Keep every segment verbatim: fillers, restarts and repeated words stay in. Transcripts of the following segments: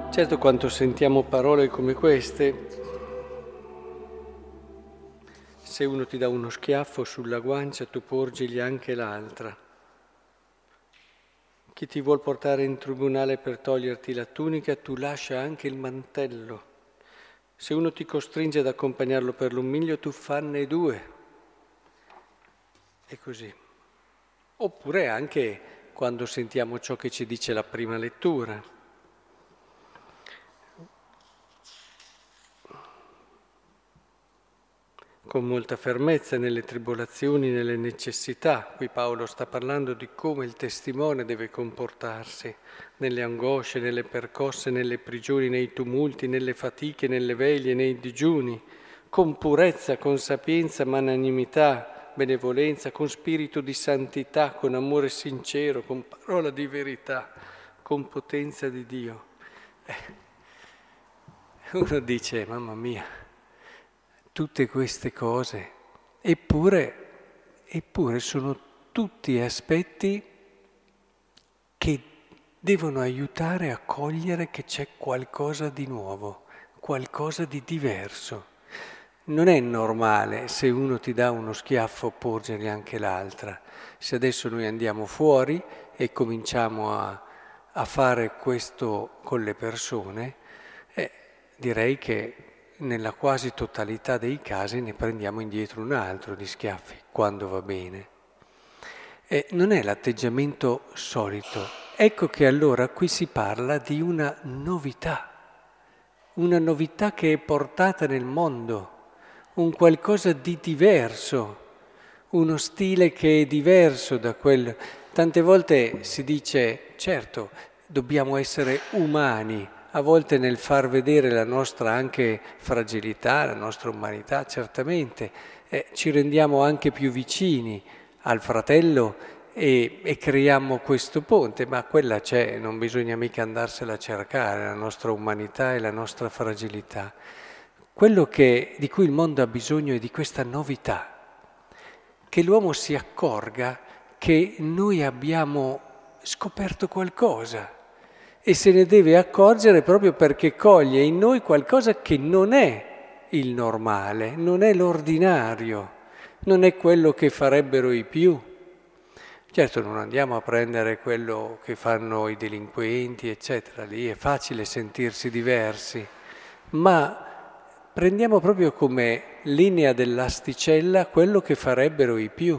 Certo, quando sentiamo parole come queste, se uno ti dà uno schiaffo sulla guancia, tu porgigli anche l'altra. Chi ti vuol portare in tribunale per toglierti la tunica, tu lascia anche il mantello. Se uno ti costringe ad accompagnarlo per l'ummiglio, tu fanne due. E così. Oppure anche quando sentiamo ciò che ci dice la prima lettura. Con molta fermezza nelle tribolazioni, nelle necessità. Qui Paolo sta parlando di come il testimone deve comportarsi, nelle angosce, nelle percosse, nelle prigioni, nei tumulti, nelle fatiche, nelle veglie, nei digiuni, con purezza, con sapienza, magnanimità, benevolenza, con spirito di santità, con amore sincero, con parola di verità, con potenza di Dio. Eh. Uno dice, mamma mia, tutte queste cose, eppure, eppure sono tutti aspetti che devono aiutare a cogliere che c'è qualcosa di nuovo, qualcosa di diverso. Non è normale se uno ti dà uno schiaffo porgergli anche l'altra. Se adesso noi andiamo fuori e cominciamo a, a fare questo con le persone, eh, direi che nella quasi totalità dei casi ne prendiamo indietro un altro di schiaffi, quando va bene. E non è l'atteggiamento solito. Ecco che allora qui si parla di una novità, una novità che è portata nel mondo, un qualcosa di diverso, uno stile che è diverso da quello. Tante volte si dice, certo, dobbiamo essere umani, a volte nel far vedere la nostra anche fragilità, la nostra umanità, certamente, eh, ci rendiamo anche più vicini al fratello e, e creiamo questo ponte, ma quella c'è, non bisogna mica andarsela a cercare, la nostra umanità e la nostra fragilità. Quello che, di cui il mondo ha bisogno è di questa novità, che l'uomo si accorga che noi abbiamo scoperto qualcosa, e se ne deve accorgere proprio perché coglie in noi qualcosa che non è il normale, non è l'ordinario, non è quello che farebbero i più. Certo, non andiamo a prendere quello che fanno i delinquenti, eccetera, lì è facile sentirsi diversi, ma prendiamo proprio come linea dell'asticella quello che farebbero i più,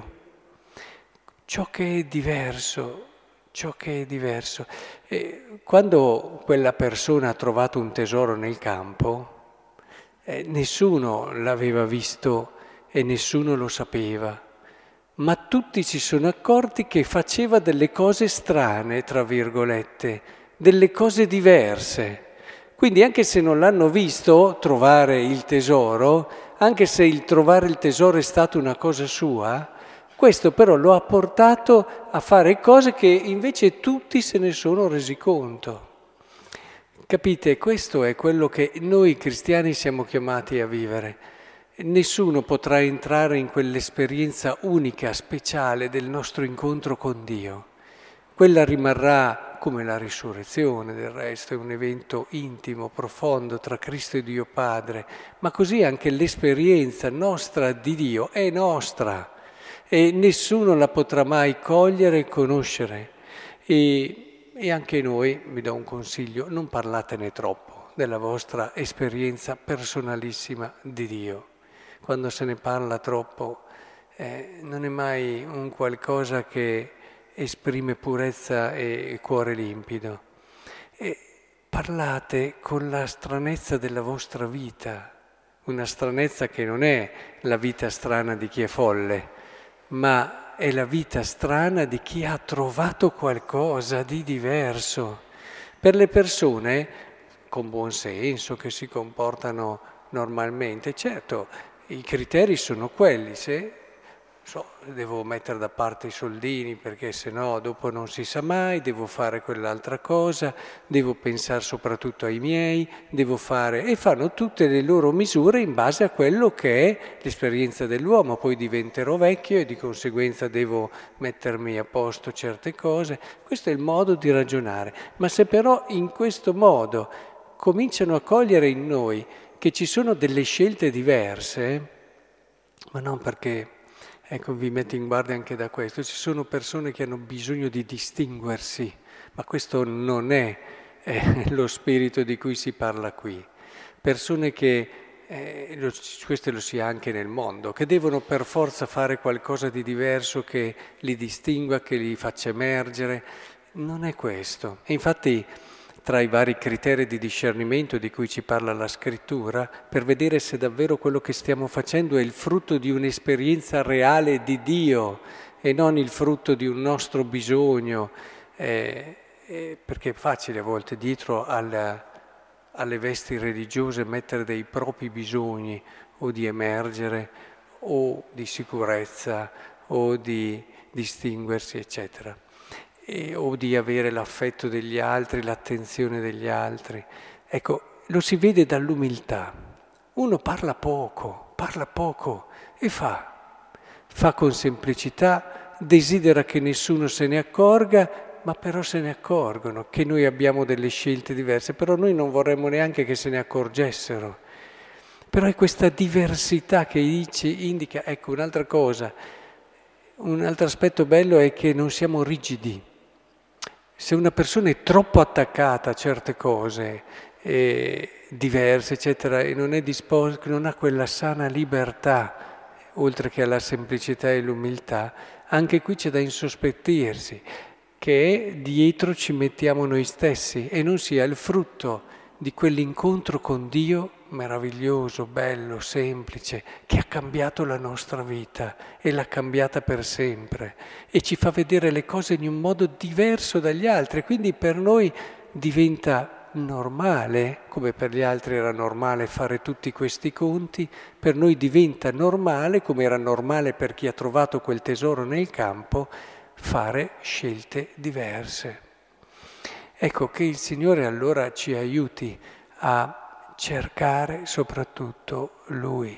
ciò che è diverso. Ciò che è diverso. E quando quella persona ha trovato un tesoro nel campo, eh, nessuno l'aveva visto e nessuno lo sapeva, ma tutti si sono accorti che faceva delle cose strane, tra virgolette, delle cose diverse. Quindi anche se non l'hanno visto trovare il tesoro, anche se il trovare il tesoro è stata una cosa sua, questo però lo ha portato a fare cose che invece tutti se ne sono resi conto. Capite? Questo è quello che noi cristiani siamo chiamati a vivere. Nessuno potrà entrare in quell'esperienza unica, speciale del nostro incontro con Dio. Quella rimarrà come la risurrezione, del resto è un evento intimo, profondo tra Cristo e Dio Padre, ma così anche l'esperienza nostra di Dio è nostra. E nessuno la potrà mai cogliere e conoscere. E, e anche noi, vi do un consiglio, non parlatene troppo della vostra esperienza personalissima di Dio. Quando se ne parla troppo eh, non è mai un qualcosa che esprime purezza e cuore limpido. E parlate con la stranezza della vostra vita, una stranezza che non è la vita strana di chi è folle, ma è la vita strana di chi ha trovato qualcosa di diverso. Per le persone con buon senso, che si comportano normalmente, certo, i criteri sono quelli, se so, devo mettere da parte i soldini perché sennò dopo non si sa mai, devo fare quell'altra cosa, devo pensare soprattutto ai miei, devo fare... e fanno tutte le loro misure in base a quello che è l'esperienza dell'uomo. Poi diventerò vecchio e di conseguenza devo mettermi a posto certe cose. Questo è il modo di ragionare. Ma se però in questo modo cominciano a cogliere in noi che ci sono delle scelte diverse, ma non perché, ecco, vi metto in guardia anche da questo, ci sono persone che hanno bisogno di distinguersi, ma questo non è eh, lo spirito di cui si parla qui. Persone che, eh, lo, questo lo si ha anche nel mondo, che devono per forza fare qualcosa di diverso che li distingua, che li faccia emergere. Non è questo. E infatti tra i vari criteri di discernimento di cui ci parla la scrittura, per vedere se davvero quello che stiamo facendo è il frutto di un'esperienza reale di Dio e non il frutto di un nostro bisogno, eh, eh, perché è facile a volte dietro alla, alle vesti religiose mettere dei propri bisogni o di emergere o di sicurezza o di distinguersi, eccetera. E, o di avere l'affetto degli altri, l'attenzione degli altri. Ecco, lo si vede dall'umiltà. Uno parla poco, parla poco e fa. Fa con semplicità, desidera che nessuno se ne accorga, ma però se ne accorgono, che noi abbiamo delle scelte diverse, però noi non vorremmo neanche che se ne accorgessero. Però è questa diversità che dice, indica, ecco un'altra cosa, un altro aspetto bello è che non siamo rigidi. Se una persona è troppo attaccata a certe cose eh, diverse, eccetera, e non è disposta, non ha quella sana libertà, oltre che alla semplicità e l'umiltà, anche qui c'è da insospettirsi, che dietro ci mettiamo noi stessi e non sia il frutto di quell'incontro con Dio meraviglioso, bello, semplice, che ha cambiato la nostra vita e l'ha cambiata per sempre e ci fa vedere le cose in un modo diverso dagli altri, quindi per noi diventa normale, come per gli altri era normale fare tutti questi conti, per noi diventa normale, come era normale per chi ha trovato quel tesoro nel campo, fare scelte diverse. Ecco, che il Signore allora ci aiuti a cercare soprattutto Lui,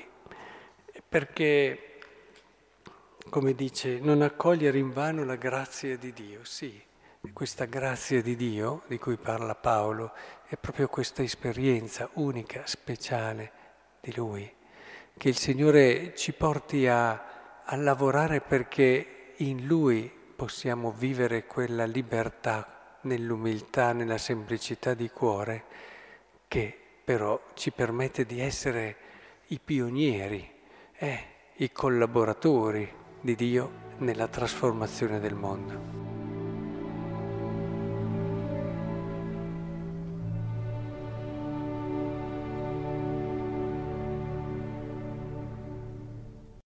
perché, come dice, non accogliere invano la grazia di Dio. Sì, questa grazia di Dio di cui parla Paolo è proprio questa esperienza unica, speciale di Lui, che il Signore ci porti a, a lavorare perché in Lui possiamo vivere quella libertà nell'umiltà, nella semplicità di cuore, che però ci permette di essere i pionieri, eh, i collaboratori di Dio nella trasformazione del mondo.